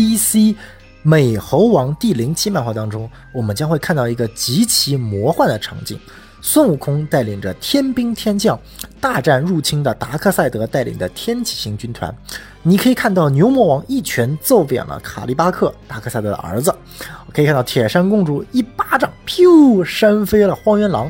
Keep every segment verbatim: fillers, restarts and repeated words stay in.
D C 美猴王第零期漫画当中，我们将会看到一个极其魔幻的场景，孙悟空带领着天兵天将大战入侵的达克赛德带领的天启星军团。你可以看到牛魔王一拳揍扁了卡利巴克，达克赛德的儿子，可以看到铁扇公主一巴掌噗扇飞了荒原狼。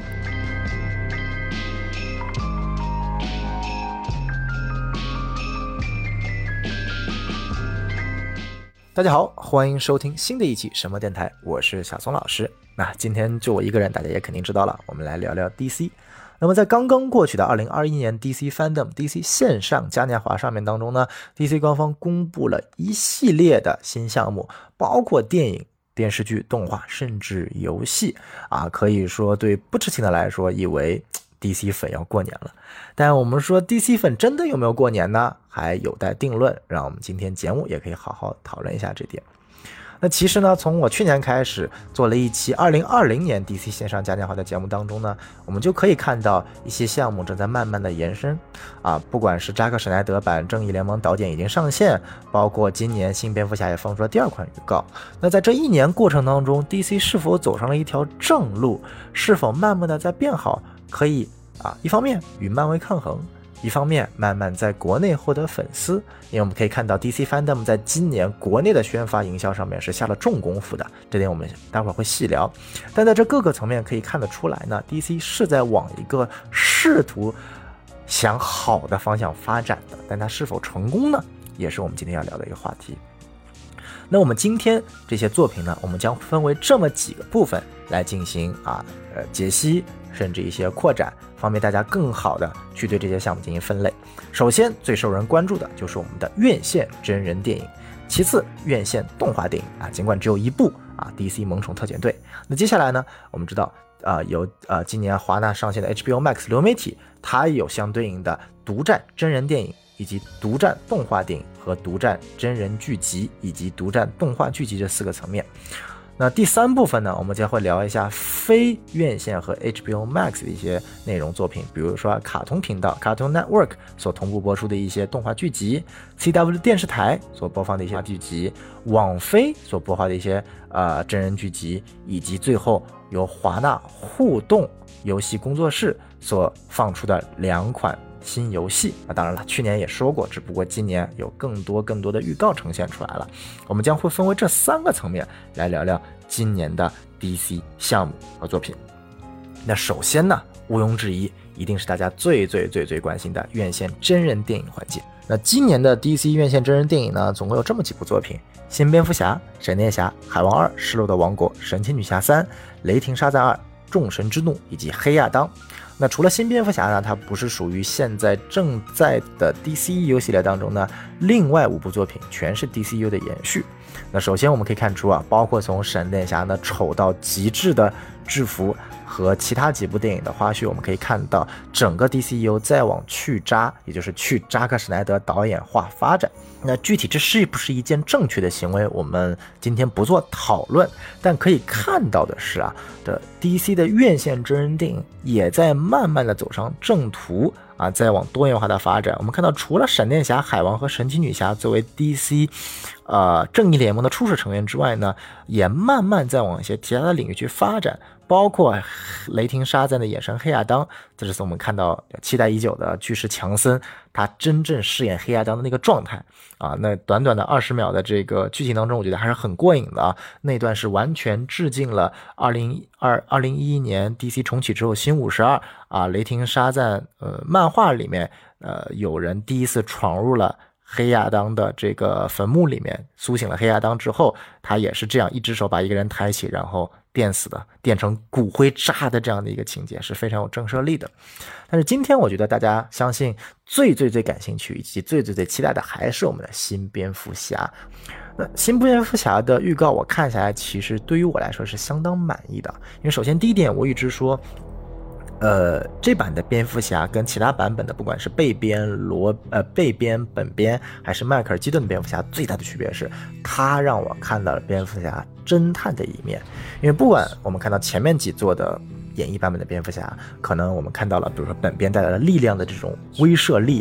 大家好，欢迎收听新的一期什么电台，我是小松老师。那今天就我一个人，大家也肯定知道了，我们来聊聊 D C。 那么在刚刚过去的二零二一年 D C Fandom D C 线上嘉年华上面当中呢， D C 官方公布了一系列的新项目，包括电影、电视剧、动画甚至游戏啊，可以说对不知情的来说以为 D C 粉要过年了。但我们说 D C 粉真的有没有过年呢？还有待定论，让我们今天节目也可以好好讨论一下这点。那其实呢，从我去年开始做了一期二零二零年 D C 线上嘉年华的节目当中呢，我们就可以看到一些项目正在慢慢的延伸啊，不管是扎克施耐德版正义联盟导演已经上线，包括今年新蝙蝠侠也放出了第二款预告。那在这一年过程当中， D C 是否走上了一条正路，是否慢慢的在变好，可以啊，一方面与漫威抗衡，一方面慢慢在国内获得粉丝。因为我们可以看到 D C Fandom 在今年国内的宣发营销上面是下了重功夫的，这点我们待会儿会细聊。但在这各个层面可以看得出来呢， D C 是在往一个试图想好的方向发展的，但它是否成功呢，也是我们今天要聊的一个话题。那我们今天这些作品呢，我们将分为这么几个部分来进行啊呃解析，甚至一些扩展，方便大家更好的去对这些项目进行分类。首先最受人关注的就是我们的院线真人电影，其次院线动画电影啊，尽管只有一部啊 D C 萌宠特遣队。那接下来呢，我们知道呃由呃今年华纳上线的 H B O Max 流媒体，它有相对应的独占真人电影以及独占动画电影和独占真人剧集以及独占动画剧集这四个层面。那第三部分呢，我们将会聊一下非院线和 H B O Max 的一些内容作品，比如说卡通频道 Cartoon Network 所同步播出的一些动画剧集， C W 电视台所播放的一些剧集，网飞所播放的一些呃真人剧集，以及最后由华纳互动游戏工作室所放出的两款新游戏。那当然了，去年也说过，只不过今年有更多更多的预告呈现出来了。我们将会分为这三个层面来聊聊今年的 D C 项目和作品。那首先呢，毋庸置疑，一定是大家最最最最关心的院线真人电影环节。那今年的 D C 院线真人电影呢，总共有这么几部作品：新蝙蝠侠、闪电侠、海王二、失落的王国、神奇女侠三、雷霆沙赞二、众神之怒以及黑亚当。那除了新蝙蝠侠呢，它不是属于现在正在的 D C E U 系列当中呢，另外五部作品全是 D C E U 的延续。那首先我们可以看出啊，包括从闪电侠呢丑到极致的制服和其他几部电影的花絮，我们可以看到整个 D C E U 再往去扎，也就是去扎克施耐德导演化发展。那具体这是不是一件正确的行为，我们今天不做讨论，但可以看到的是啊，这 D C 的院线真人电影也在慢慢的走上正途啊，在往多元化的发展。我们看到除了闪电侠、海王和神奇女侠作为 D C 呃正义联盟的初始成员之外呢，也慢慢在往一些其他的领域去发展，包括雷霆沙赞的衍生黑亚当，这是我们看到期待已久的巨石强森他真正饰演黑亚当的那个状态啊。那短短的二十秒的这个剧情当中，我觉得还是很过瘾的啊。那段是完全致敬了二零一一年 D C 重启之后新五十二啊，雷霆沙赞呃漫画里面呃有人第一次闯入了黑亚当的这个坟墓里面，苏醒了黑亚当之后，他也是这样一只手把一个人抬起，然后电死的，电成骨灰渣的这样的一个情节，是非常有震慑力的。但是今天我觉得大家相信最最最感兴趣以及最最最期待的还是我们的新蝙蝠侠。那新蝙蝠侠的预告我看下来，其实对于我来说是相当满意的。因为首先第一点，我一直说呃，这版的蝙蝠侠跟其他版本的，不管是贝边、罗呃贝边、本边还是迈克尔基顿的蝙蝠侠，最大的区别是，他让我看到了蝙蝠侠侦探的一面。因为不管我们看到前面几座的演绎版本的蝙蝠侠，可能我们看到了，比如说本边带来了力量的这种威慑力啊，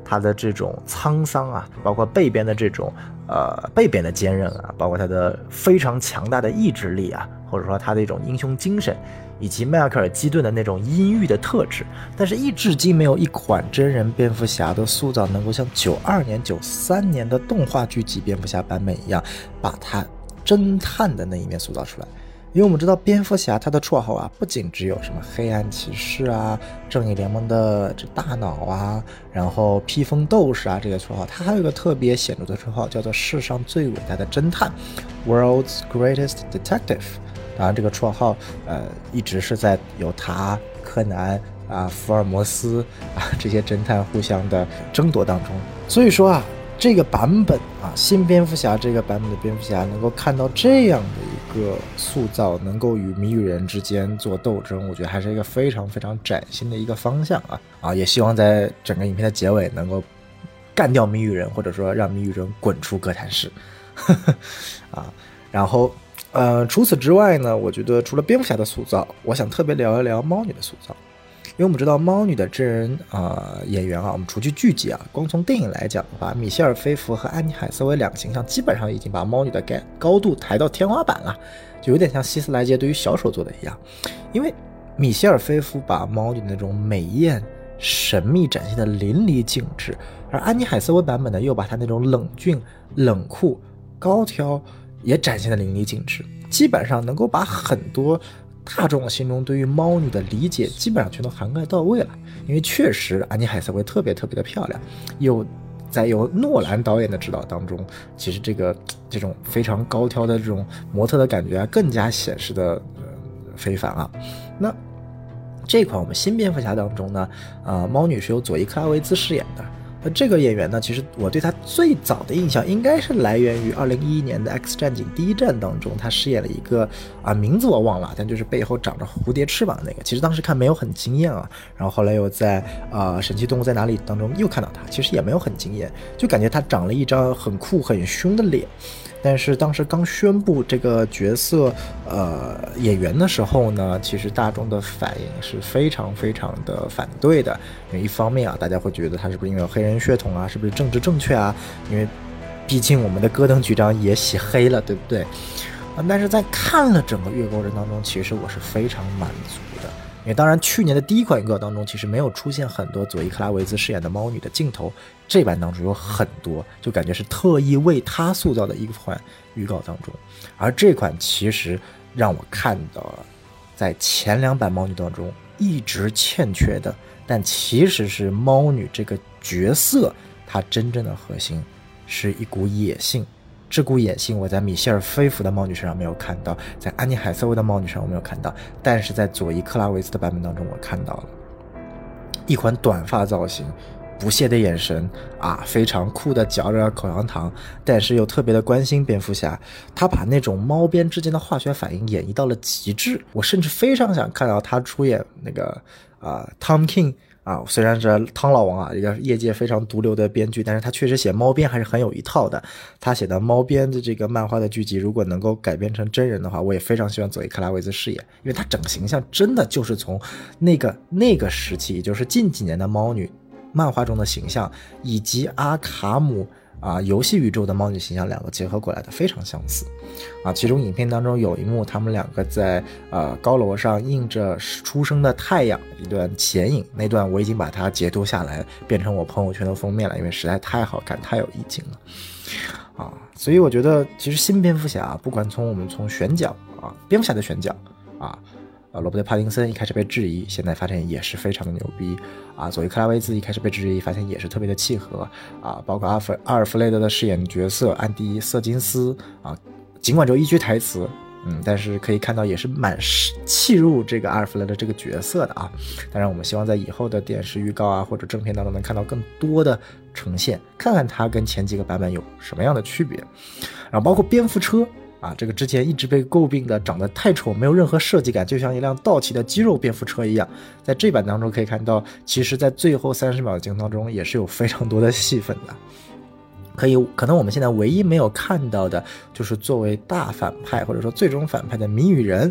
他的这种沧桑啊，包括背边的这种呃背边的坚韧啊，包括他的非常强大的意志力啊，或者说他的一种英雄精神，以及迈克尔基顿的那种阴郁的特质，但是一至今没有一款真人蝙蝠侠的塑造能够像九二年、九三年的动画剧集蝙蝠侠版本一样，把他侦探的那一面塑造出来。因为我们知道蝙蝠侠他的绰号啊，不仅只有什么黑暗骑士啊、正义联盟的这大脑啊，然后披风斗士啊这些绰号，他还有一个特别显著的绰号，叫做世上最伟大的侦探 World's Greatest Detective。当然这个绰号呃一直是在由他、柯南啊、福尔摩斯啊这些侦探互相的争夺当中。所以说啊，这个版本啊，新蝙蝠侠这个版本的蝙蝠侠能够看到这样的一个塑造，能够与谜语人之间做斗争，我觉得还是一个非常非常崭新的一个方向啊啊！也希望在整个影片的结尾能够干掉谜语人，或者说让谜语人滚出哥谭市啊。然后呃，除此之外呢，我觉得除了蝙蝠侠的塑造，我想特别聊一聊猫女的塑造。因为我们知道猫女的真人呃演员啊，我们除去剧集啊，光从电影来讲的话，米歇尔菲弗和安妮海瑟薇两个形象基本上已经把猫女的高度抬到天花板了，就有点像希斯莱杰对于小丑做的一样。因为米歇尔菲弗把猫女的那种美艳神秘展现的淋漓尽致，而安妮海瑟薇版本呢，又把她那种冷峻冷酷高挑也展现的淋漓尽致，基本上能够把很多大众心中对于猫女的理解基本上全都涵盖到位了。因为确实安妮海瑟薇特别特别的漂亮，又在由诺兰导演的指导当中，其实这个这种非常高挑的这种模特的感觉啊，更加显示的、呃、非凡啊。那这款我们新蝙蝠侠当中呢，呃，猫女是由佐伊克拉维兹饰演的。那这个演员呢，其实我对他最早的印象应该是来源于二零一一年的 X 战警第一战当中，他饰演了一个啊名字我忘了，但就是背后长着蝴蝶翅膀的那个，其实当时看没有很惊艳啊，然后后来又在啊神奇动物在哪里当中又看到他，其实也没有很惊艳，就感觉他长了一张很酷很凶的脸。但是当时刚宣布这个角色呃演员的时候呢，其实大众的反应是非常非常的反对的。因为一方面啊，大家会觉得他是不是因为有黑人血统啊，是不是政治正确啊，因为毕竟我们的戈登局长也洗黑了，对不对啊？但是在看了整个预告人当中，其实我是非常满足的。因为当然去年的第一款预告当中其实没有出现很多佐伊克拉维兹饰演的猫女的镜头，这版当中有很多，就感觉是特意为她塑造的一款预告当中。而这款其实让我看到了在前两版猫女当中一直欠缺的，但其实是猫女这个角色它真正的核心是一股野性。这股野性我在米歇尔菲弗的猫女身上没有看到，在安妮海瑟薇的猫女身上我没有看到，但是在佐伊克拉维兹的版本当中我看到了一款短发造型，不屑的眼神啊，非常酷的嚼着口香糖，但是又特别的关心蝙蝠侠。他把那种猫边之间的化学反应演绎到了极致，我甚至非常想看到他出演那个啊、呃、Tom King啊，虽然是汤老王啊，一个业界非常毒瘤的编剧，但是他确实写猫边还是很有一套的。他写的猫边的这个漫画的剧集，如果能够改编成真人的话，我也非常希望佐伊克拉维兹饰演，因为他整个形象真的就是从那个那个时期，也就是近几年的猫女漫画中的形象，以及阿卡姆啊游戏宇宙的猫女形象两个结合过来的非常相似啊。其中影片当中有一幕，他们两个在呃高楼上映着初升的太阳一段剪影，那段我已经把它截图下来变成我朋友圈的封面了，因为实在太好看太有意境了啊。所以我觉得其实新蝙蝠侠不管从我们从选角啊，蝙蝠侠的选角啊，呃，罗伯特·帕丁森一开始被质疑，现在发现也是非常的牛逼啊。佐伊·克拉维兹一开始被质疑，发现也是特别的契合啊。包括阿尔弗阿尔弗雷德的饰演角色安迪·瑟金斯啊，尽管只有一句台词，嗯，但是可以看到也是蛮契入这个阿尔弗雷德这个角色的啊。当然，我们希望在以后的电视预告啊或者正片当中能看到更多的呈现，看看它跟前几个版本有什么样的区别。然后包括蝙蝠车。啊，这个之前一直被诟病的长得太丑，没有任何设计感，就像一辆倒骑的肌肉蝙蝠车一样。在这版当中可以看到，其实在最后三十秒的镜头当中也是有非常多的戏份的。可以，可能我们现在唯一没有看到的就是作为大反派或者说最终反派的谜语人，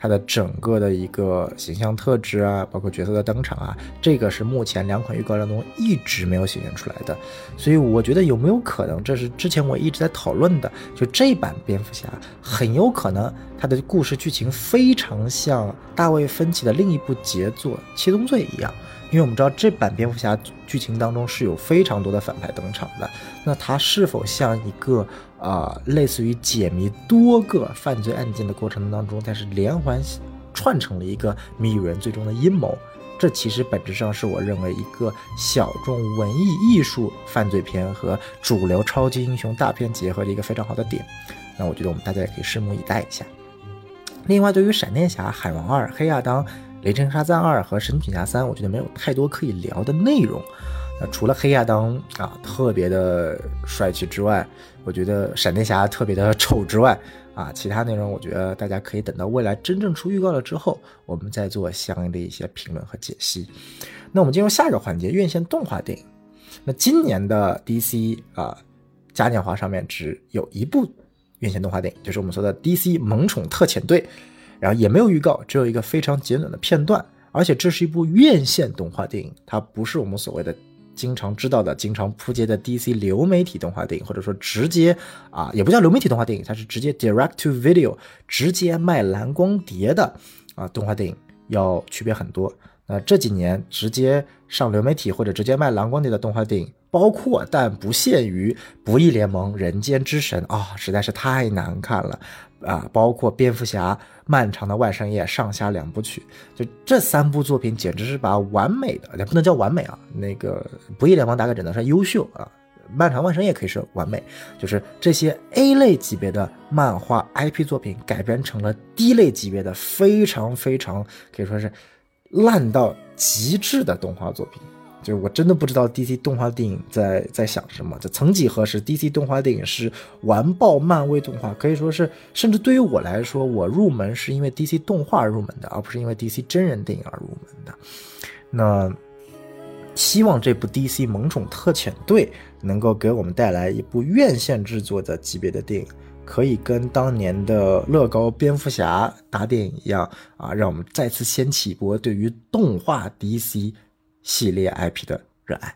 它的整个的一个形象特质啊，包括角色的登场啊，这个是目前两款预告当中一直没有显现出来的。所以我觉得有没有可能，这是之前我一直在讨论的，就这版蝙蝠侠很有可能它的故事剧情非常像大卫芬奇的另一部杰作《七宗罪》一样。因为我们知道这版蝙蝠侠剧情当中是有非常多的反派登场的，那它是否像一个呃类似于解谜多个犯罪案件的过程当中，但是连环串成了一个谜语人最终的阴谋？这其实本质上是我认为一个小众文艺艺术犯罪片和主流超级英雄大片结合的一个非常好的点。那我觉得我们大家也可以拭目以待一下。另外，对于闪电侠、海王二、黑亚当、雷神沙赞二和神奇侠三，我觉得没有太多可以聊的内容。那除了黑亚当啊特别的帅气之外，我觉得闪电侠特别的丑之外啊，其他内容我觉得大家可以等到未来真正出预告了之后，我们再做相应的一些评论和解析。那我们进入下一个环节，院线动画电影。那今年的 D C 啊嘉年华上面只有一部院线动画电影，就是我们说的 D C 萌宠特遣队，然后也没有预告，只有一个非常简短的片段，而且这是一部院线动画电影，它不是我们所谓的经常知道的经常扑街的 D C 流媒体动画电影，或者说直接啊也不叫流媒体动画电影，它是直接 direct to video 直接卖蓝光碟的啊动画电影，要区别很多。那这几年直接上流媒体或者直接卖蓝光碟的动画电影，包括但不限于不义联盟、人间之神啊、哦，实在是太难看了啊！包括蝙蝠侠、漫长的万圣夜上下两部曲，就这三部作品简直是把完美的，也不能叫完美啊，那个不义联盟大概只能算优秀啊，漫长万圣夜可以是完美，就是这些 A 类级别的漫画 I P 作品改编成了 D 类级别的非常非常可以说是烂到极致的动画作品。就是我真的不知道 D C 动画电影在在想什么。这曾几何时 D C 动画电影是完爆漫威动画，可以说是甚至对于我来说，我入门是因为 D C 动画入门的，而不是因为 D C 真人电影而入门的。那希望这部 D C 萌宠特遣队能够给我们带来一部院线制作的级别的电影，可以跟当年的乐高蝙蝠侠大电影一样啊，让我们再次掀起一波对于动画 D C 系列 I P 的热爱。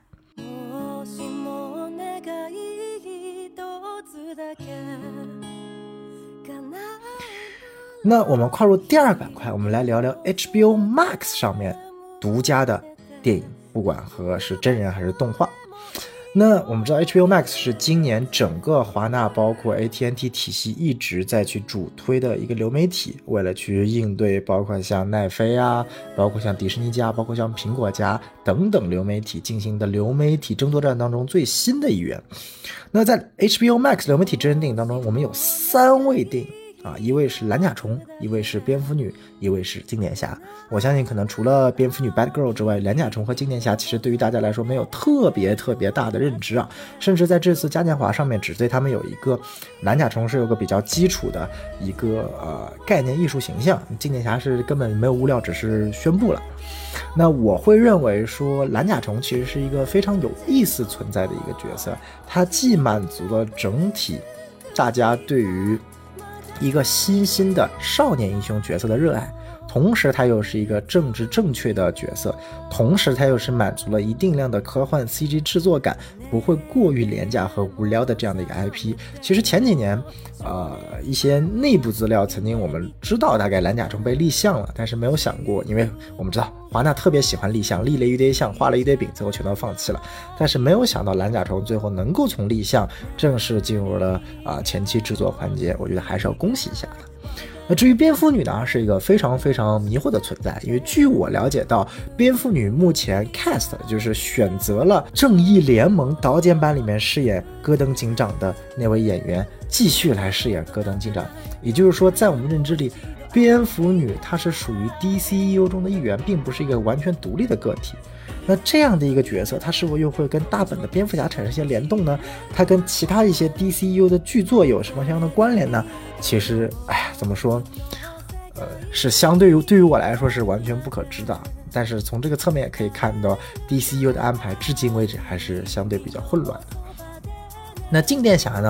那我们跨入第二板块，我们来聊聊 H B O Max 上面独家的电影，不管和是真人还是动画。那我们知道 H B O Max 是今年整个华纳包括 A T and T 体系一直在去主推的一个流媒体，为了去应对包括像奈飞啊，包括像迪士尼家，包括像苹果家等等流媒体进行的流媒体争夺战当中最新的一员。那在 H B O Max 流媒体真人电影当中，我们有三位电影啊，一位是蓝甲虫，一位是蝙蝠女，一位是经典侠。我相信可能除了蝙蝠女 Bad Girl 之外，蓝甲虫和经典侠其实对于大家来说没有特别特别大的认知啊，甚至在这次嘉年华上面只对他们有一个，蓝甲虫是有个比较基础的一个呃概念艺术形象，经典侠是根本没有物料，只是宣布了。那我会认为说蓝甲虫其实是一个非常有意思存在的一个角色，它既满足了整体大家对于一个新兴的少年英雄角色的热爱，同时它又是一个政治正确的角色，同时它又是满足了一定量的科幻 C G 制作感，不会过于廉价和无聊的这样的一个 I P。 其实前几年呃，一些内部资料曾经我们知道大概蓝甲虫被立项了，但是没有想过，因为我们知道华纳特别喜欢立项，立了一堆项，画了一堆饼，最后全都放弃了，但是没有想到蓝甲虫最后能够从立项正式进入了啊、呃、前期制作环节，我觉得还是要恭喜一下的。那至于蝙蝠女呢，是一个非常非常迷惑的存在，因为据我了解到，蝙蝠女目前 cast 就是选择了正义联盟刀剑版里面饰演戈登警长的那位演员继续来饰演戈登警长，也就是说在我们认知里，蝙蝠女她是属于 D C E U 中的一员，并不是一个完全独立的个体。那这样的一个角色，它是否又会跟大本的蝙蝠侠产生一些联动呢？它跟其他一些 D C E U 的剧作有什么样的关联呢？其实，哎呀，怎么说，呃，是相对于对于我来说是完全不可知的。但是从这个侧面也可以看到 D C E U 的安排至今为止还是相对比较混乱的。那静电侠呢，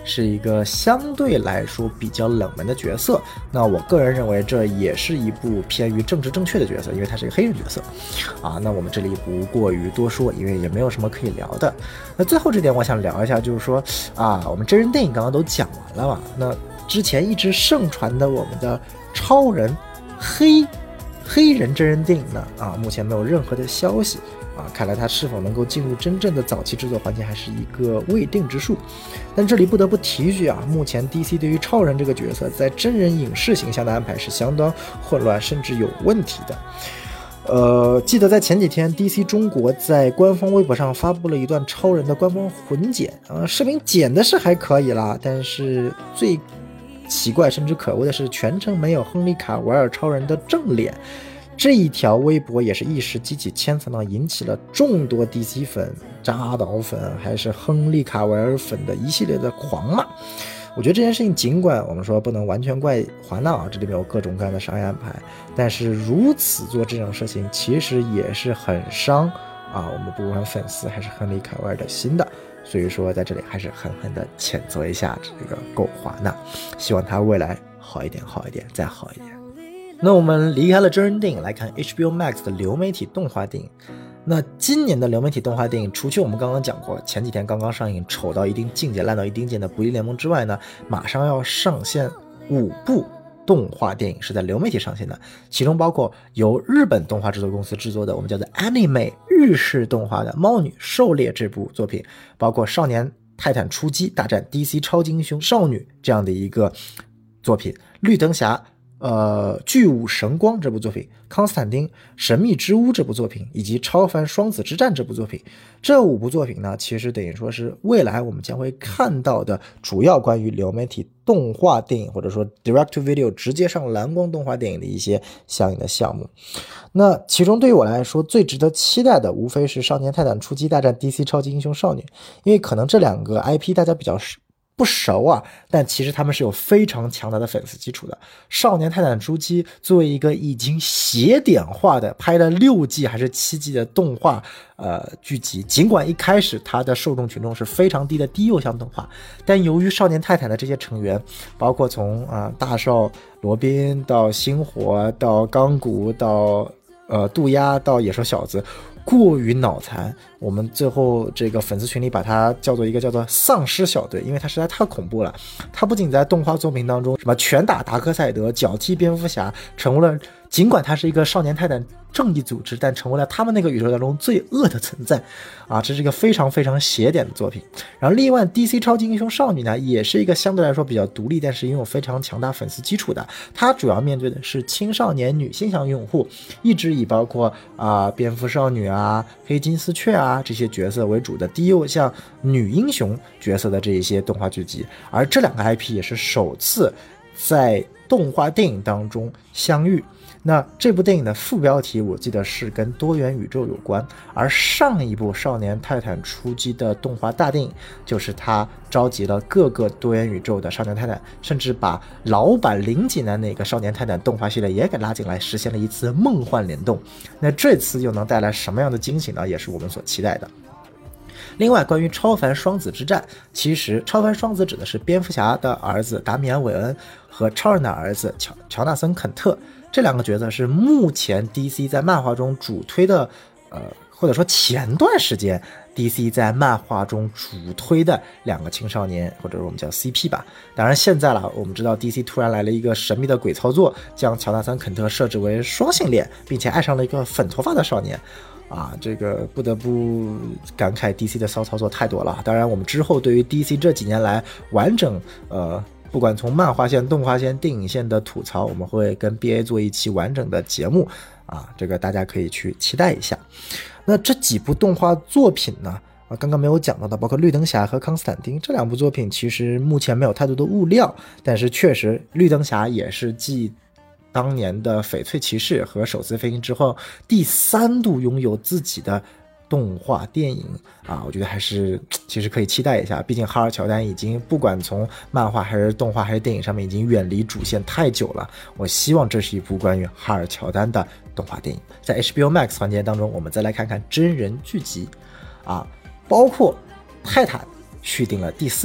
是一个相对来说比较冷门的角色。那我个人认为这也是一部偏于政治正确的角色，因为他是一个黑人角色啊。那我们这里不过于多说，因为也没有什么可以聊的。那最后这点我想聊一下，就是说啊，我们真人电影刚刚都讲完了嘛，那之前一直盛传的我们的超人黑黑人真人电影呢，啊，目前没有任何的消息啊，看来它是否能够进入真正的早期制作环节还是一个未定之数。但这里不得不提一句啊，目前 D C 对于超人这个角色在真人影视形象的安排是相当混乱甚至有问题的。呃，记得在前几天 D C 中国在官方微博上发布了一段超人的官方混剪啊，视频剪的是还可以啦，但是最奇怪甚至可恶的是全程没有亨利卡维尔超人的正脸。这一条微博也是一时激起千层浪，引起了众多 D C 粉、扎导粉还是亨利卡维尔粉的一系列的狂骂。我觉得这件事情尽管我们说不能完全怪华纳啊，这里面有各种各样的商业安排，但是如此做这种事情其实也是很伤啊我们不管粉丝还是亨利卡维尔的心的。所以说在这里还是狠狠的谴责一下这个狗华纳，希望他未来好一点好一点再好一点。那我们离开了真人电影来看 H B O Max 的流媒体动画电影。那今年的流媒体动画电影，除去我们刚刚讲过前几天刚刚上映丑到一定境界烂到一定境界的不义联盟之外呢，马上要上线五部动画电影是在流媒体上线的，其中包括由日本动画制作公司制作的我们叫做 Anime 日式动画的猫女狩猎这部作品，包括少年泰坦出击大战 D C 超级英雄少女这样的一个作品，绿灯侠呃，巨武神光这部作品，康斯坦丁神秘之屋这部作品，以及超凡双子之战这部作品，这五部作品呢，其实等于说是未来我们将会看到的主要关于流媒体动画电影或者说 direct to video 直接上蓝光动画电影的一些相应的项目。那其中对于我来说最值得期待的无非是少年泰坦出击大战 D C 超级英雄少女，因为可能这两个 I P 大家比较不熟啊，但其实他们是有非常强大的粉丝基础的。少年泰坦出击作为一个已经邪典化的拍了六季还是七季的动画呃剧集，尽管一开始它的受众群众是非常低的低幼向动画，但由于少年泰坦的这些成员，包括从啊、呃、大少罗宾到星火到钢骨到呃渡鸦到野兽小子，过于脑残，我们最后这个粉丝群里把它叫做一个叫做丧尸小队，因为它实在太恐怖了。它不仅在动画作品当中什么拳打达克赛德，脚踢蝙蝠侠，成为了尽管它是一个少年泰坦正义组织，但成为了他们那个宇宙当中最恶的存在啊！这是一个非常非常邪典的作品。然后另外 D C 超级英雄少女呢，也是一个相对来说比较独立，但是拥有非常强大粉丝基础的。它主要面对的是青少年女性向用户，一直以包括啊、呃、蝙蝠少女啊、黑金丝雀啊这些角色为主的低幼向女英雄角色的这一些动画剧集，而这两个 I P 也是首次在动画电影当中相遇。那这部电影的副标题我记得是跟多元宇宙有关，而上一部少年泰坦出击的动画大电影就是他召集了各个多元宇宙的少年泰坦，甚至把老版零几年那个少年泰坦动画系列也给拉进来，实现了一次梦幻联动。那这次又能带来什么样的惊喜呢？也是我们所期待的。另外关于超凡双子之战，其实超凡双子指的是蝙蝠侠的儿子达米安·韦恩和超人的儿子乔乔纳森·肯特，这两个角色是目前 D C 在漫画中主推的呃，或者说前段时间 D C 在漫画中主推的两个青少年，或者说我们叫 C P 吧。当然现在了，我们知道 D C 突然来了一个神秘的鬼操作，将乔纳森·肯特设置为双性恋，并且爱上了一个粉头发的少年啊，这个不得不感慨 D C 的骚操作太多了。当然我们之后对于 D C 这几年来完整呃不管从漫画线、动画线、电影线的吐槽，我们会跟 B A 做一期完整的节目啊，这个大家可以去期待一下。那这几部动画作品呢，啊，刚刚没有讲到的，包括绿灯侠和康斯坦丁这两部作品，其实目前没有太多的物料，但是确实绿灯侠也是继当年的翡翠骑士和首次飞行之后第三度拥有自己的动画电影啊，我觉得还是其实可以期待一下。毕竟哈尔乔丹已经不管从漫画还是动画还是电影上面已经远离主线太久了，我希望这是一部关于哈尔乔丹的动画电影。在 H B O Max 环节当中，我们再来看看真人剧集啊，包括泰坦续订了第四季，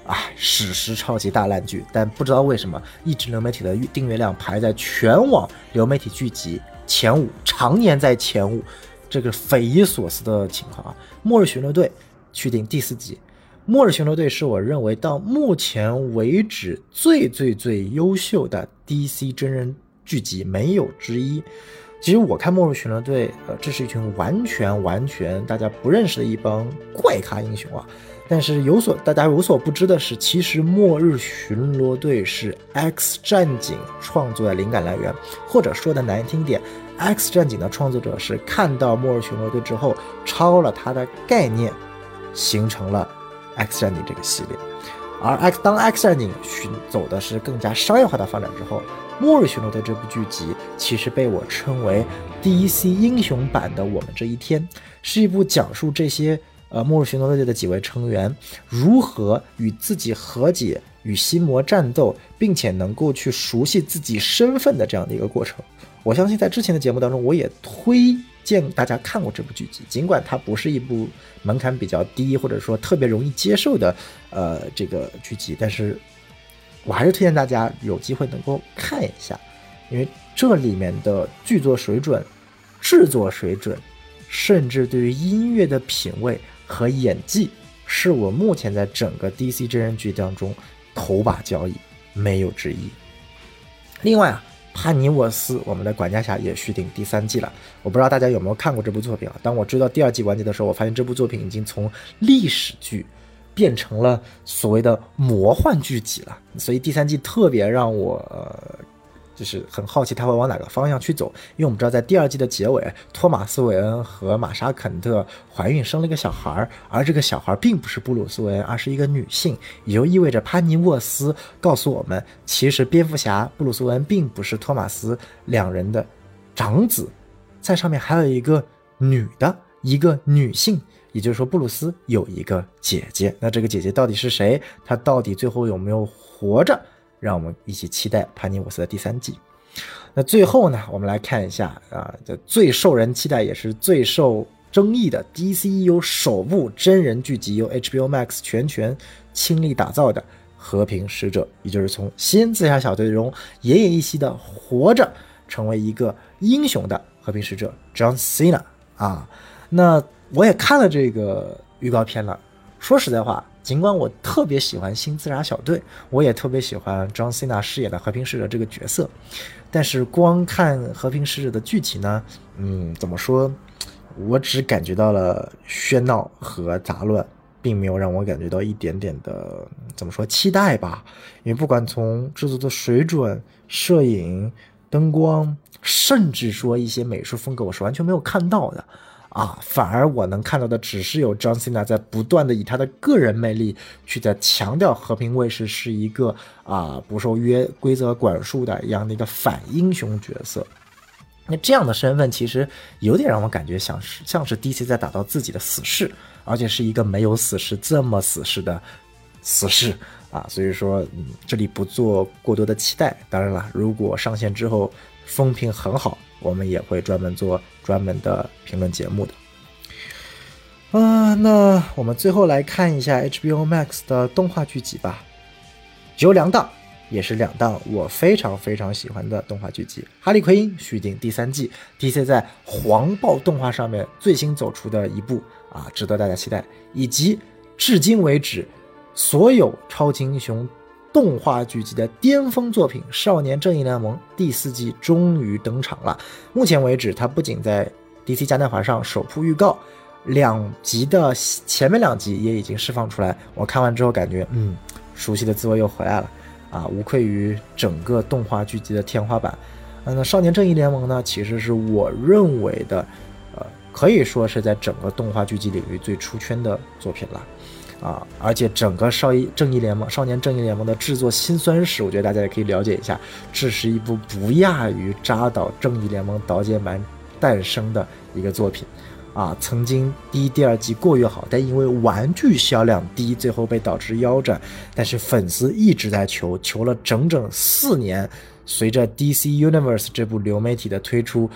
啊，史诗超级大烂剧，但不知道为什么一直流媒体的订阅量排在全网流媒体剧集前五，常年在前五，这个匪夷所思的情况啊！末日巡逻队续订第四季，末日巡逻队是我认为到目前为止最最最优秀的 D C 真人剧集，没有之一。其实我看末日巡逻队，呃，这是一群完全完全大家不认识的一帮怪咖英雄啊。但是有所大家有所不知的是，其实末日巡逻队是 X 战警创作的灵感来源，或者说的难听点， X 战警的创作者是看到末日巡逻队之后抄了它的概念，形成了 X 战警这个系列。而 X 当 X 战警走的是更加商业化的发展之后，末日巡逻队这部剧集其实被我称为 D C 英雄版的我们这一天，是一部讲述这些呃末日巡逻队的几位成员如何与自己和解，与心魔战斗，并且能够去熟悉自己身份的这样的一个过程。我相信在之前的节目当中我也推荐大家看过这部剧集，尽管它不是一部门槛比较低或者说特别容易接受的呃这个剧集，但是我还是推荐大家有机会能够看一下，因为这里面的剧作水准、制作水准，甚至对于音乐的品味和演技，是我目前在整个 D C 真人剧当中头把交椅，没有之一。另外啊，帕尼沃斯我们的管家侠也续订第三季了，我不知道大家有没有看过这部作品啊？当我追到第二季完结的时候，我发现这部作品已经从历史剧变成了所谓的魔幻剧集了，所以第三季特别让我呃就是很好奇他会往哪个方向去走。因为我们知道在第二季的结尾，托马斯韦恩和玛莎肯特怀孕生了一个小孩，而这个小孩并不是布鲁斯韦恩，而是一个女性，也就意味着潘尼沃斯告诉我们，其实蝙蝠侠布鲁斯韦恩并不是托马斯两人的长子，在上面还有一个女的，一个女性，也就是说布鲁斯有一个姐姐。那这个姐姐到底是谁？她到底最后有没有活着？让我们一起期待潘尼沃斯的第三季。那最后呢，我们来看一下啊，这最受人期待也是最受争议的 D C E U 首部真人剧集，由 H B O Max 全权倾力打造的《和平使者》，也就是从新自杀小队中奄奄一息的活着成为一个英雄的和平使者 John Cena 啊。那我也看了这个预告片了，说实在话，尽管我特别喜欢新自杀小队，我也特别喜欢 John Cena 饰演的和平使者这个角色，但是光看和平使者的剧情呢，嗯，怎么说，我只感觉到了喧闹和杂乱，并没有让我感觉到一点点的怎么说期待吧。因为不管从制作的水准、摄影、灯光，甚至说一些美术风格，我是完全没有看到的啊，反而我能看到的只是有 John Cena 在不断的以他的个人魅力去在强调和平卫士是一个啊不受约规则管束的一样的一个反英雄角色。那这样的身份其实有点让我感觉像是像是 D C 在打造自己的死侍，而且是一个没有死侍这么死侍的死侍啊，所以说、嗯、这里不做过多的期待。当然了，如果上线之后风评很好，我们也会专门做专门的评论节目的。啊，那我们最后来看一下 H B O Max 的动画剧集吧，只有两档，也是两档我非常非常喜欢的动画剧集。哈利奎因续订第三季， D C 在黄暴动画上面最新走出的一部啊，值得大家期待。以及至今为止所有超级英雄动画剧集的巅峰作品《少年正义联盟》第四季终于登场了。目前为止，它不仅在 D C 嘉年华上首铺预告，两集的前面两集也已经释放出来。我看完之后感觉，嗯，熟悉的滋味又回来了啊！无愧于整个动画剧集的天花板。那、呃、少年正义联盟呢，其实是我认为的，呃，可以说是在整个动画剧集领域最出圈的作品了。啊！而且整个少一正义联盟、少年正义联盟的制作辛酸史，我觉得大家也可以了解一下。这是一部不亚于扎导正义联盟导剪版诞生的一个作品。啊，曾经第一、第二季过于好，但因为玩具销量低，最后被导致腰斩。但是粉丝一直在求，求了整整四年。随着 D C Universe 这部流媒体的推出，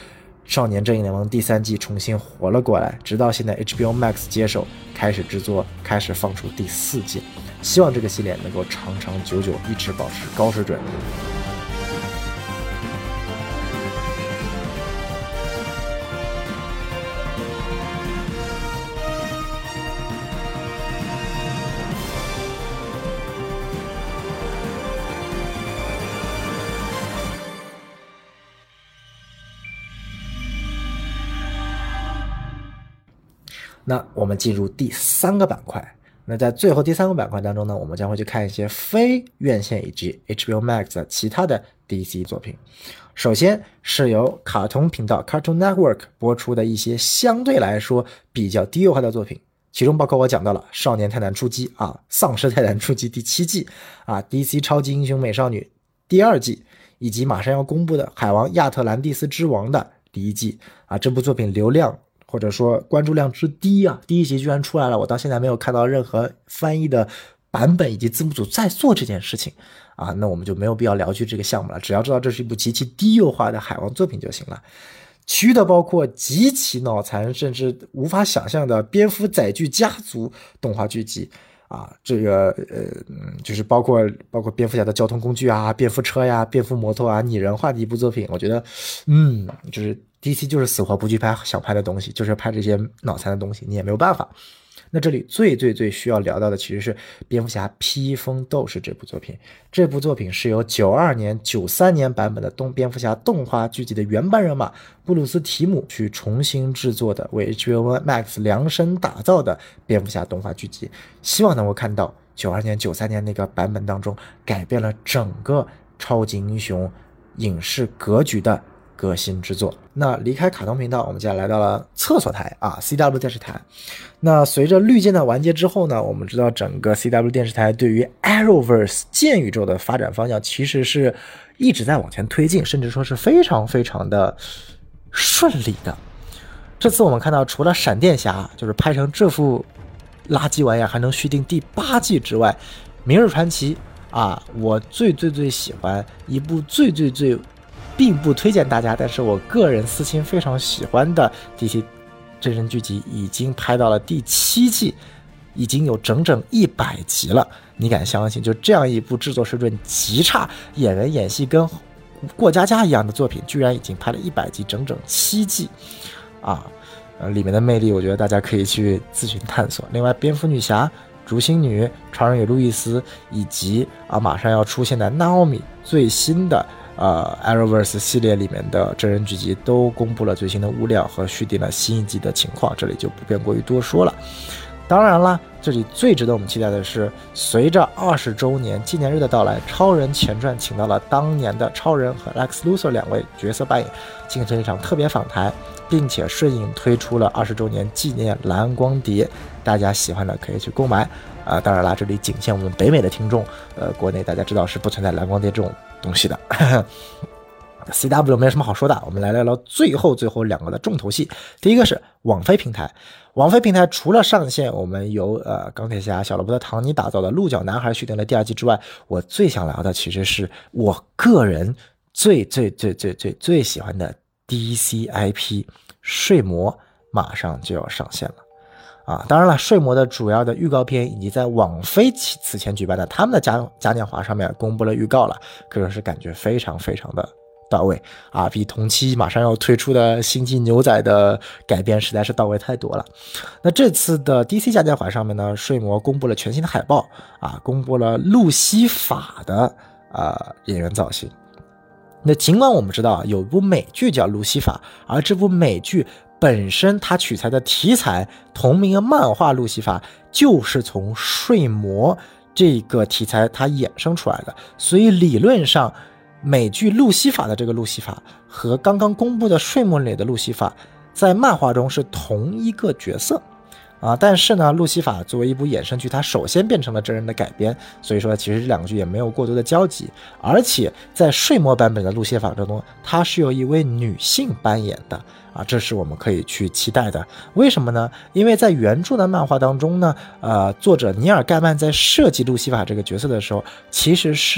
少年正义联盟第三季重新活了过来，直到现在 H B O Max 接手开始制作，开始放出第四季，希望这个系列能够长长久久一直保持高水准。那我们进入第三个板块，那在最后第三个板块当中呢，我们将会去看一些非院线以及 H B O Max 的其他的 D C 作品。首先是由卡通频道 Cartoon Network 播出的一些相对来说比较低幼化的作品，其中包括我讲到了少年泰坦出击啊，丧尸泰坦出击第七季啊 D C 超级英雄美少女第二季，以及马上要公布的海王亚特兰蒂斯之王的第一季啊，这部作品流量或者说关注量之低啊，第一集居然出来了，我到现在没有看到任何翻译的版本以及字幕组在做这件事情啊，那我们就没有必要聊去这个项目了，只要知道这是一部极其低幼化的海王作品就行了。其余的包括极其脑残甚至无法想象的蝙蝠载具家族动画剧集啊，这个呃，就是包括包括蝙蝠侠的交通工具啊，蝙蝠车呀，蝙蝠摩托啊，拟人化的一部作品，我觉得嗯，就是 D C 就是死活不去拍想拍的东西，就是拍这些脑残的东西，你也没有办法。那这里最最最需要聊到的其实是蝙蝠侠披风斗士这部作品。这部作品是由九二年九三年版本的东蝙蝠侠动画剧集的原班人马布鲁斯提姆去重新制作的，为 H B O Max 量身打造的蝙蝠侠动画剧集，希望能够看到九二年九三年那个版本当中改变了整个超级英雄影视格局的革新之作。那离开卡通频道，我们接下来来到了厕所台啊 C W 电视台。那随着绿箭的完结之后呢，我们知道整个 C W 电视台对于 Arrowverse 剑宇宙的发展方向其实是一直在往前推进，甚至说是非常非常的顺利的。这次我们看到除了闪电侠就是拍成这副垃圾玩意儿还能续订第八季之外，明日传奇啊，我最最最喜欢一部最最最并不推荐大家，但是我个人私心非常喜欢的 D C 真人剧集已经拍到了第七季，已经有整整一百集了。你敢相信就这样一部制作水准极差，演员演戏跟过家家一样的作品，居然已经拍了一百集，整整七季啊！呃，里面的魅力我觉得大家可以去自行探索。另外蝙蝠女侠、竹星女、超人与路易斯，以及啊马上要出现的 Naomi 最新的呃 Arrowverse 系列里面的真人剧集都公布了最新的物料和续订了新一季的情况，这里就不便过于多说了。当然了，这里最值得我们期待的是，随着二十周年纪念日的到来，超人前传请到了当年的超人和 Lex Luthor 两位角色扮演，进行一场特别访谈，并且顺应推出了二十周年纪念蓝光碟，大家喜欢的可以去购买啊、呃。当然啦，这里仅限我们北美的听众，呃，国内大家知道是不存在蓝光碟这种东西的。C W 没有什么好说的，我们来聊聊最后最后两个的重头戏。第一个是网飞平台，网飞平台除了上线我们由呃钢铁侠小罗伯特唐尼打造的鹿角男孩续订了第二季之外，我最想聊的其实是我个人最最最最最最喜欢的 D C I P 睡魔马上就要上线了。啊，当然了，睡魔的主要的预告片以及在网飞此前举办的他们的嘉嘉年华上面公布了预告了，可以说是感觉非常非常的到位啊，比同期马上要推出的星际牛仔的改编实在是到位太多了。那这次的 D C 嘉年华上面呢，睡魔公布了全新的海报啊，公布了路西法的啊演员造型。那尽管我们知道有一部美剧叫路西法，而这部美剧本身它取材的题材同名的漫画路西法就是从睡魔这个题材它衍生出来的，所以理论上美剧路西法的这个路西法和刚刚公布的睡魔里的路西法在漫画中是同一个角色啊，但是呢，路西法作为一部衍生剧，它首先变成了真人的改编，所以说其实这两个剧也没有过多的交集。而且在睡魔版本的路西法当中，它是由一位女性扮演的啊，这是我们可以去期待的。为什么呢？因为在原著的漫画当中呢，呃，作者尼尔盖曼在设计路西法这个角色的时候，其实是以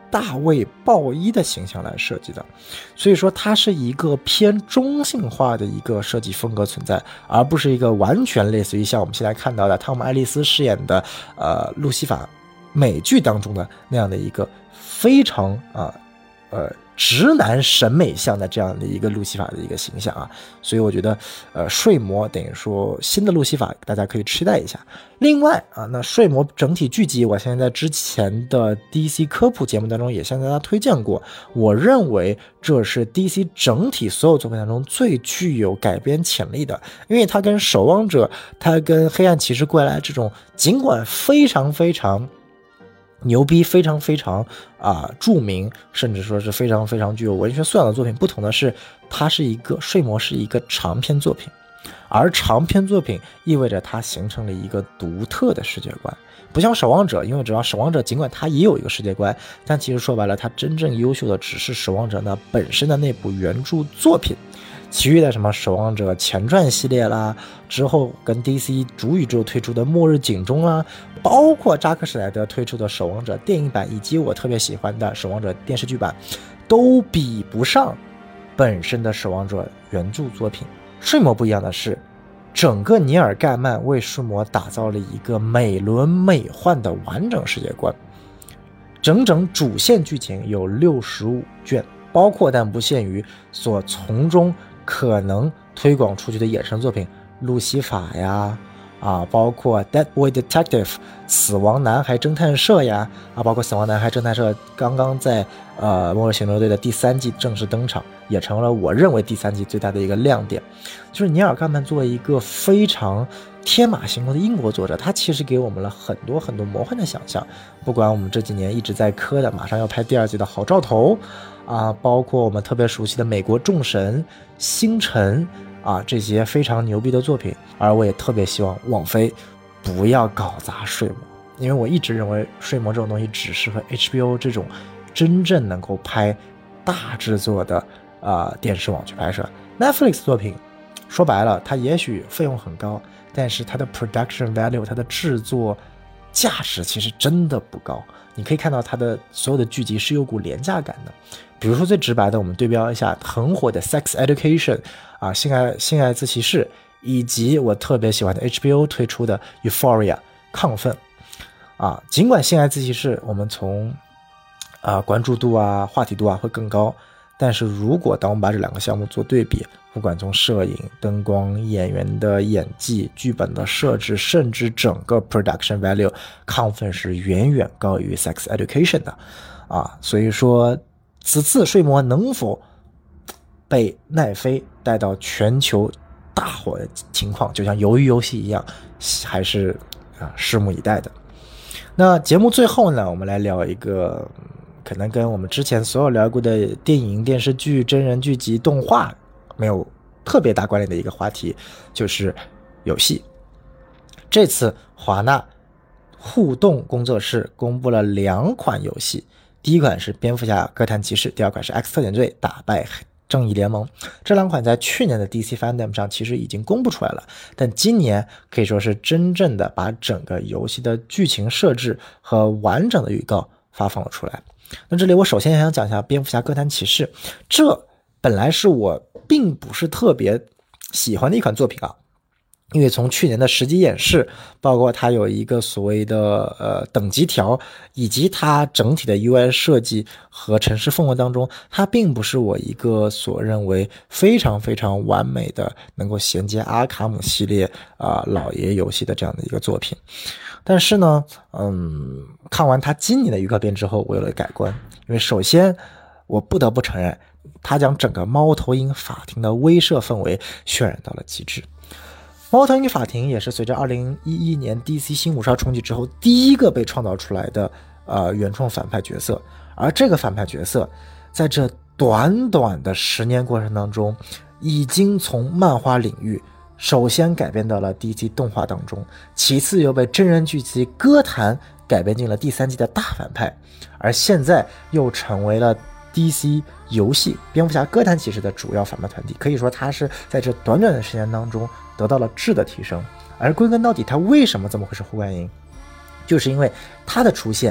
大卫鲍伊的形象来设计的，所以说它是一个偏中性化的一个设计风格存在，而不是一个完全类似于像我们现在看到的汤姆·爱丽丝饰演的呃路西法美剧当中的那样的一个非常啊 呃, 呃直男审美向的这样的一个路西法的一个形象啊，所以我觉得呃睡魔等于说新的路西法大家可以期待一下。另外啊，那睡魔整体剧集我现在在之前的 D C 科普节目当中也向大家推荐过，我认为这是 D C 整体所有作品当中最具有改编潜力的，因为它跟守望者，它跟黑暗骑士归来这种尽管非常非常牛逼非常非常啊、呃、著名，甚至说是非常非常具有文学素养的作品，不同的是它是一个睡魔是一个长篇作品，而长篇作品意味着它形成了一个独特的世界观，不像守望者，因为只要守望者尽管它也有一个世界观，但其实说白了它真正优秀的只是守望者那本身的那部原著作品，其余的什么守望者前传系列啦，之后跟 D C 主宇宙推出的末日警钟啦，包括扎克史莱德推出的守望者电影版，以及我特别喜欢的守望者电视剧版，都比不上本身的守望者原著作品。睡魔不一样的是，整个尼尔盖曼为睡魔打造了一个美轮美奂的完整世界观，整整主线剧情有六十五卷，包括但不限于所从中可能推广出去的衍生作品，路西法呀，啊，包括 Dead Boy Detective 死亡男孩侦探社呀，啊，包括死亡男孩侦探社刚刚在呃末日行动队的第三季正式登场，也成了我认为第三季最大的一个亮点。就是尼尔盖曼作为一个非常天马行空的英国作者，他其实给我们了很多很多魔幻的想象，不管我们这几年一直在磕的马上要拍第二季的好兆头啊，包括我们特别熟悉的美国众神、星辰啊，这些非常牛逼的作品。而我也特别希望网飞不要搞砸睡魔，因为我一直认为睡魔这种东西只适合 H B O 这种真正能够拍大制作的啊、呃、电视网去拍摄。 Netflix 作品说白了它也许费用很高，但是它的 production value 它的制作价值其实真的不高，你可以看到它的所有的剧集是有股廉价感的。比如说最直白的，我们对标一下很火的 Sex Education 啊，性爱性爱自习室，以及我特别喜欢的 H B O 推出的 Euphoria 亢奋啊。尽管性爱自习室我们从啊关注度啊话题度啊会更高，但是如果当我们把这两个项目做对比，不管从摄影、灯光、演员的演技、剧本的设置，甚至整个 production value， 亢奋是远远高于 Sex Education 的啊。所以说此次睡魔能否被奈飞带到全球大火的情况，就像鱿鱼游戏一样，还是啊拭目以待的。那节目最后呢，我们来聊一个可能跟我们之前所有聊过的电影、电视剧、真人剧集、动画没有特别大关联的一个话题，就是游戏。这次华纳互动工作室公布了两款游戏，第一款是蝙蝠侠哥谭骑士，第二款是 X 特遣队打败正义联盟。这两款在去年的 D C Fandom 上其实已经公布出来了，但今年可以说是真正的把整个游戏的剧情设置和完整的预告发放了出来。那这里我首先想讲一下蝙蝠侠哥谭骑士，这本来是我并不是特别喜欢的一款作品啊，因为从去年的实际演示，包括它有一个所谓的呃等级条，以及它整体的 U I 设计和城市氛围当中，它并不是我一个所认为非常非常完美的能够衔接阿卡姆系列啊、呃、老爷游戏的这样的一个作品。但是呢，嗯，看完它今年的预告片之后，我有了改观，因为首先我不得不承认，它将整个猫头鹰法庭的威慑氛围渲染到了极致。猫头鹰法庭也是随着二零一一年 D C 新五十二重启之后第一个被创造出来的呃原创反派角色，而这个反派角色在这短短的十年过程当中，已经从漫画领域首先改编到了 D C 动画当中，其次又被真人剧集歌坛改编进了第三季的大反派，而现在又成为了 D C 游戏蝙蝠侠哥谭骑士的主要反派团体。可以说他是在这短短的时间当中得到了质的提升。而归根到底他为什么这么会是呼万赢，就是因为他的出现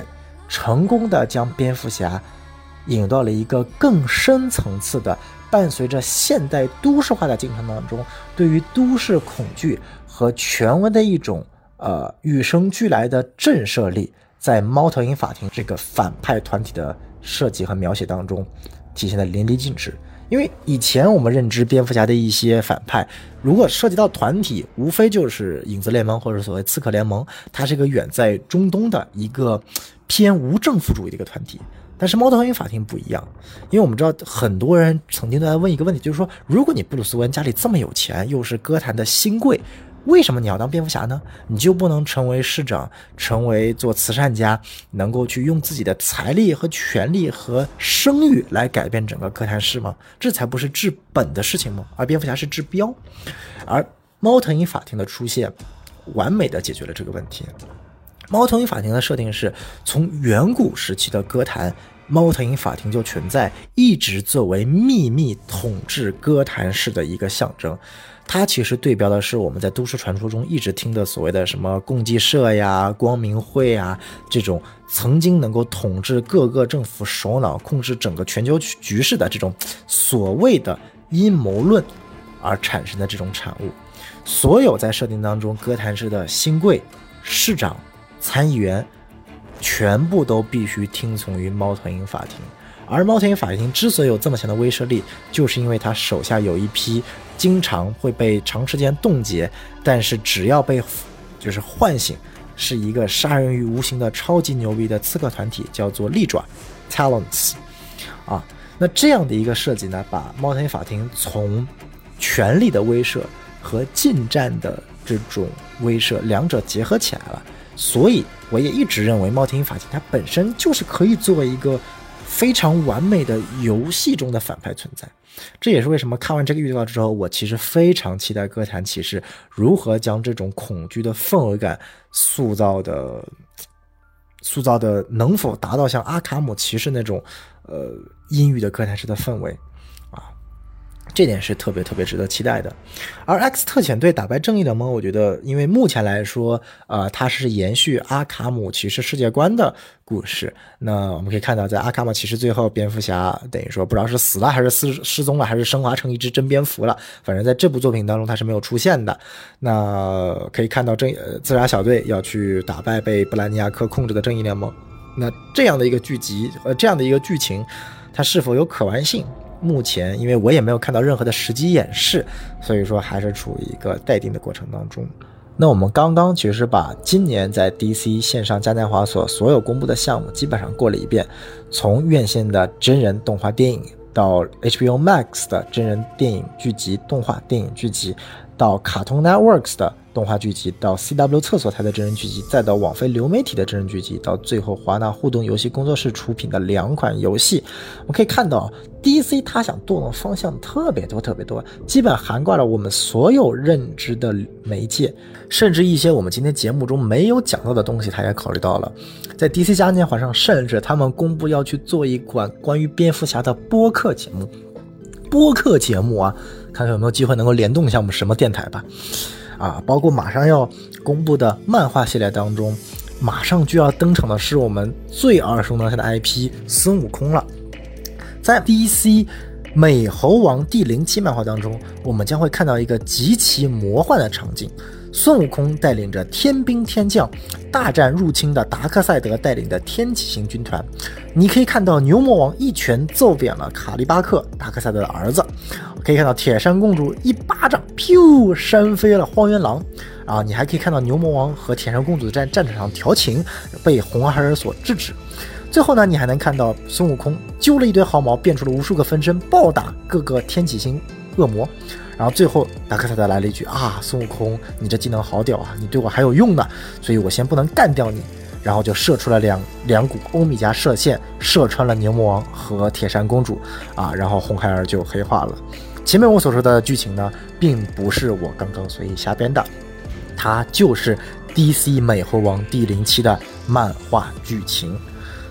成功的将蝙蝠侠引到了一个更深层次的，伴随着现代都市化的进程当中，对于都市恐惧和权威的一种呃与生俱来的震慑力，在猫头鹰法庭这个反派团体的设计和描写当中体现的淋漓尽致。因为以前我们认知蝙蝠侠的一些反派，如果涉及到团体，无非就是影子联盟或者所谓刺客联盟，它是一个远在中东的一个偏无政府主义的一个团体。但是猫头鹰法庭不一样，因为我们知道很多人曾经都在问一个问题，就是说，如果你布鲁斯温家里这么有钱，又是歌坛的新贵，为什么你要当蝙蝠侠呢？你就不能成为市长，成为做慈善家，能够去用自己的财力和权力和声誉来改变整个歌坛市吗？这才不是治本的事情吗？而蝙蝠侠是治标，而猫头鹰法庭的出现完美的解决了这个问题。猫头鹰法庭的设定是从远古时期的歌坛，猫头鹰法庭就存在，一直作为秘密统治歌坛市的一个象征。它其实对标的是我们在都市传说中一直听的所谓的什么共济社呀、光明会啊，这种曾经能够统治各个政府首脑、控制整个全球局势的这种所谓的阴谋论而产生的这种产物。所有在设定当中歌坛市的新贵、市长、参议员全部都必须听从于猫头鹰法庭。而猫头鹰法庭之所以有这么强的威慑力，就是因为他手下有一批经常会被长时间冻结，但是只要被就是唤醒，是一个杀人于无形的超级牛逼的刺客团体，叫做利爪 Talons 啊。那这样的一个设计呢，把猫头鹰法庭从权力的威慑和近战的这种威慑两者结合起来了。所以我也一直认为猫头鹰法庭它本身就是可以作为一个非常完美的游戏中的反派存在。这也是为什么看完这个预告之后，我其实非常期待哥谭骑士如何将这种恐惧的氛围感塑造的塑造的能否达到像阿卡姆骑士那种呃阴郁的哥谭市的氛围啊，这点是特别特别值得期待的。而 X 特遣队打败正义联盟，我觉得因为目前来说呃，它是延续阿卡姆骑士世界观的故事。那我们可以看到在阿卡姆骑士最后，蝙蝠侠等于说不知道是死了还是失失踪了，还是升华成一只真蝙蝠了，反正在这部作品当中它是没有出现的。那可以看到正呃自杀小队要去打败被布兰尼亚克控制的正义联盟。那这样的一个剧集呃这样的一个剧情，它是否有可玩性？目前因为我也没有看到任何的实际演示，所以说还是处于一个待定的过程当中。那我们刚刚其实把今年在 D C 线上嘉年华所所有公布的项目基本上过了一遍，从院线的真人动画电影到 H B O Max 的真人电影剧集、动画电影剧集，到 Cartoon Networks 的动画剧集，到 C W 厕所台的真人剧集，再到网飞流媒体的真人剧集，到最后华纳互动游戏工作室出品的两款游戏。我们可以看到 D C 它想动的方向特别多特别多，基本涵盖了我们所有认知的媒介，甚至一些我们今天节目中没有讲到的东西它也考虑到了。在 D C 嘉年华上，甚至他们公布要去做一款关于蝙蝠侠的播客节目播客节目啊，看看有没有机会能够联动一下我们什么电台吧。啊，包括马上要公布的漫画系列当中，马上就要登场的是我们最耳熟能详的 I P 孙悟空了。在 D C 美猴王第零期漫画当中，我们将会看到一个极其魔幻的场景，孙悟空带领着天兵天将大战入侵的达克赛德带领的天启星军团。你可以看到牛魔王一拳揍扁了卡利巴克，达克赛德的儿子。可以看到铁扇公主一巴掌噗扇飞了荒原狼啊！你还可以看到牛魔王和铁扇公主在战场上调情，被红孩儿所制止。最后呢，你还能看到孙悟空揪了一堆毫毛，变出了无数个分身，暴打各个天启星恶魔。然后最后达克赛德来了一句啊，孙悟空你这技能好屌啊，你对我还有用呢，所以我先不能干掉你。然后就射出了两两股欧米伽射线，射穿了牛魔王和铁扇公主啊，然后红孩儿就黑化了。前面我所说的剧情呢，并不是我刚刚随意瞎编的，它就是 D C 美猴王第零期的漫画剧情。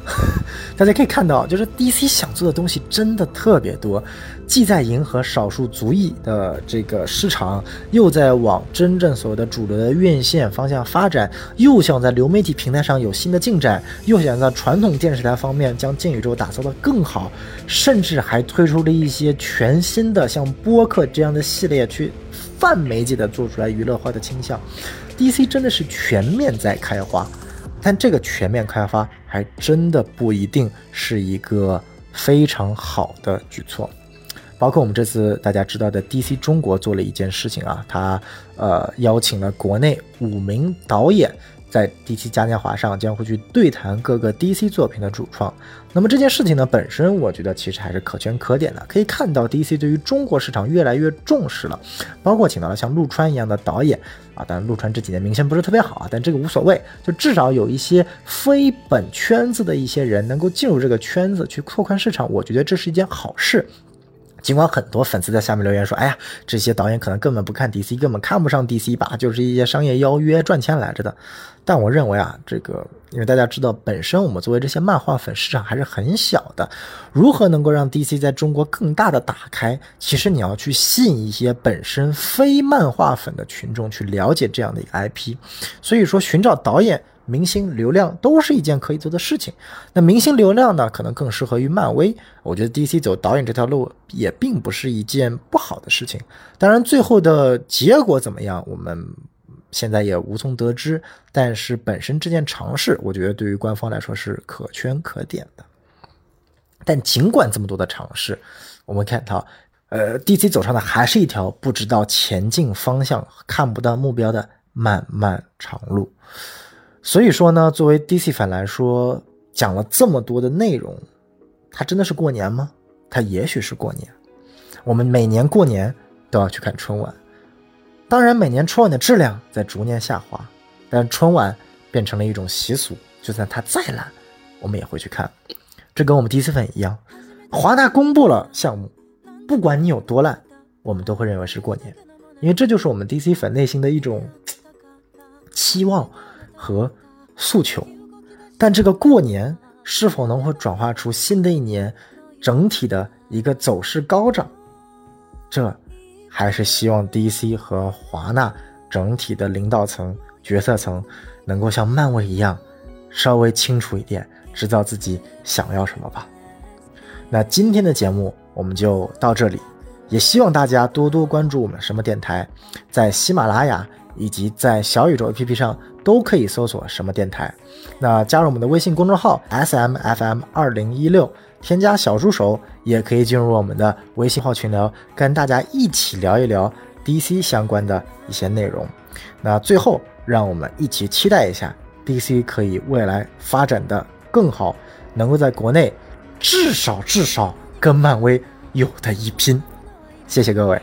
大家可以看到，就是 D C 想做的东西真的特别多，既在迎合少数族裔的这个市场，又在往真正所谓的主流的院线方向发展，又想在流媒体平台上有新的进展，又想在传统电视台方面将剑宇宙打造得更好，甚至还推出了一些全新的像播客这样的系列，去泛媒介的做出来娱乐化的倾向。 D C 真的是全面在开花，但这个全面开发还真的不一定是一个非常好的举措。包括我们这次大家知道的 D C 中国做了一件事情啊，他呃邀请了国内五名导演在 D C 嘉年华上将会去对谈各个 D C 作品的主创。那么这件事情呢，本身我觉得其实还是可圈可点的，可以看到 D C 对于中国市场越来越重视了，包括请到了像陆川一样的导演啊，当然陆川这几年名声不是特别好啊，但这个无所谓，就至少有一些非本圈子的一些人能够进入这个圈子去拓宽市场，我觉得这是一件好事。尽管很多粉丝在下面留言说，哎呀，这些导演可能根本不看 D C， 根本看不上 D C 吧，就是一些商业邀约赚钱来着的。但我认为啊，这个因为大家知道，本身我们作为这些漫画粉市场还是很小的，如何能够让 D C 在中国更大的打开，其实你要去吸引一些本身非漫画粉的群众去了解这样的一个 I P。 所以说寻找导演、明星流量都是一件可以做的事情。那明星流量呢，可能更适合于漫威，我觉得 D C 走导演这条路也并不是一件不好的事情。当然最后的结果怎么样，我们现在也无从得知，但是本身这件尝试我觉得对于官方来说是可圈可点的。但尽管这么多的尝试，我们看到呃 D C 走上的还是一条不知道前进方向、看不到目标的漫漫长路。所以说呢，作为 D C 粉来说，讲了这么多的内容，它真的是过年吗？它也许是过年。我们每年过年都要去看春晚，当然每年春晚的质量在逐年下滑，但春晚变成了一种习俗，就算它再烂，我们也会去看。这跟我们 D C 粉一样，华纳公布了项目，不管你有多烂，我们都会认为是过年，因为这就是我们 D C 粉内心的一种期望和诉求。但这个过年是否能够转化出新的一年整体的一个走势高涨，这还是希望 D C 和华纳整体的领导层、决策层能够像漫威一样稍微清楚一点，知道自己想要什么吧。那今天的节目我们就到这里，也希望大家多多关注我们什么电台，在喜马拉雅以及在小宇宙 A P P 上都可以搜索什么电台。那加入我们的微信公众号 S M F M 二零一六，添加小助手，也可以进入我们的微信号群聊，跟大家一起聊一聊 D C 相关的一些内容。那最后让我们一起期待一下 D C 可以未来发展的更好，能够在国内至少至少跟漫威有的一拼。谢谢各位。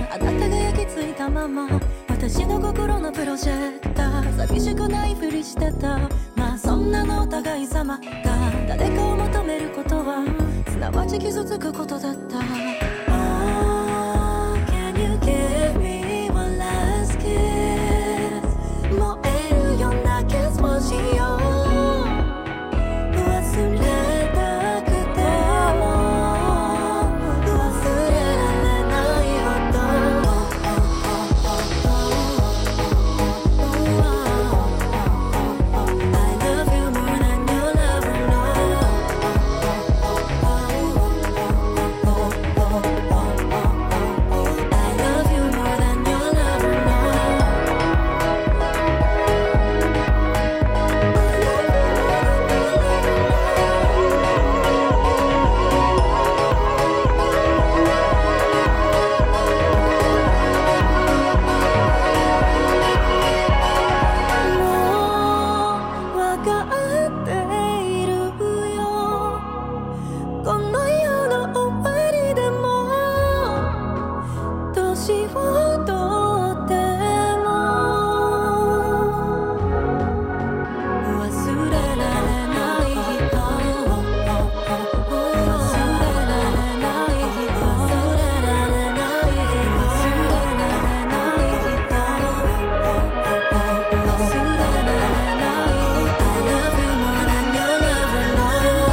私の心のプロジェクター寂しくないふりしてたまあそんなのお互い様が誰かを求めることはすなわち傷つくことだった Oh, can you give me one last kiss 燃えるようなキスをしよう忘れたくても忘れられないほどI love you more than you'll ever know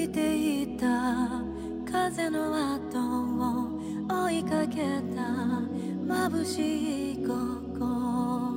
いていた風の後を追いかけた眩しい心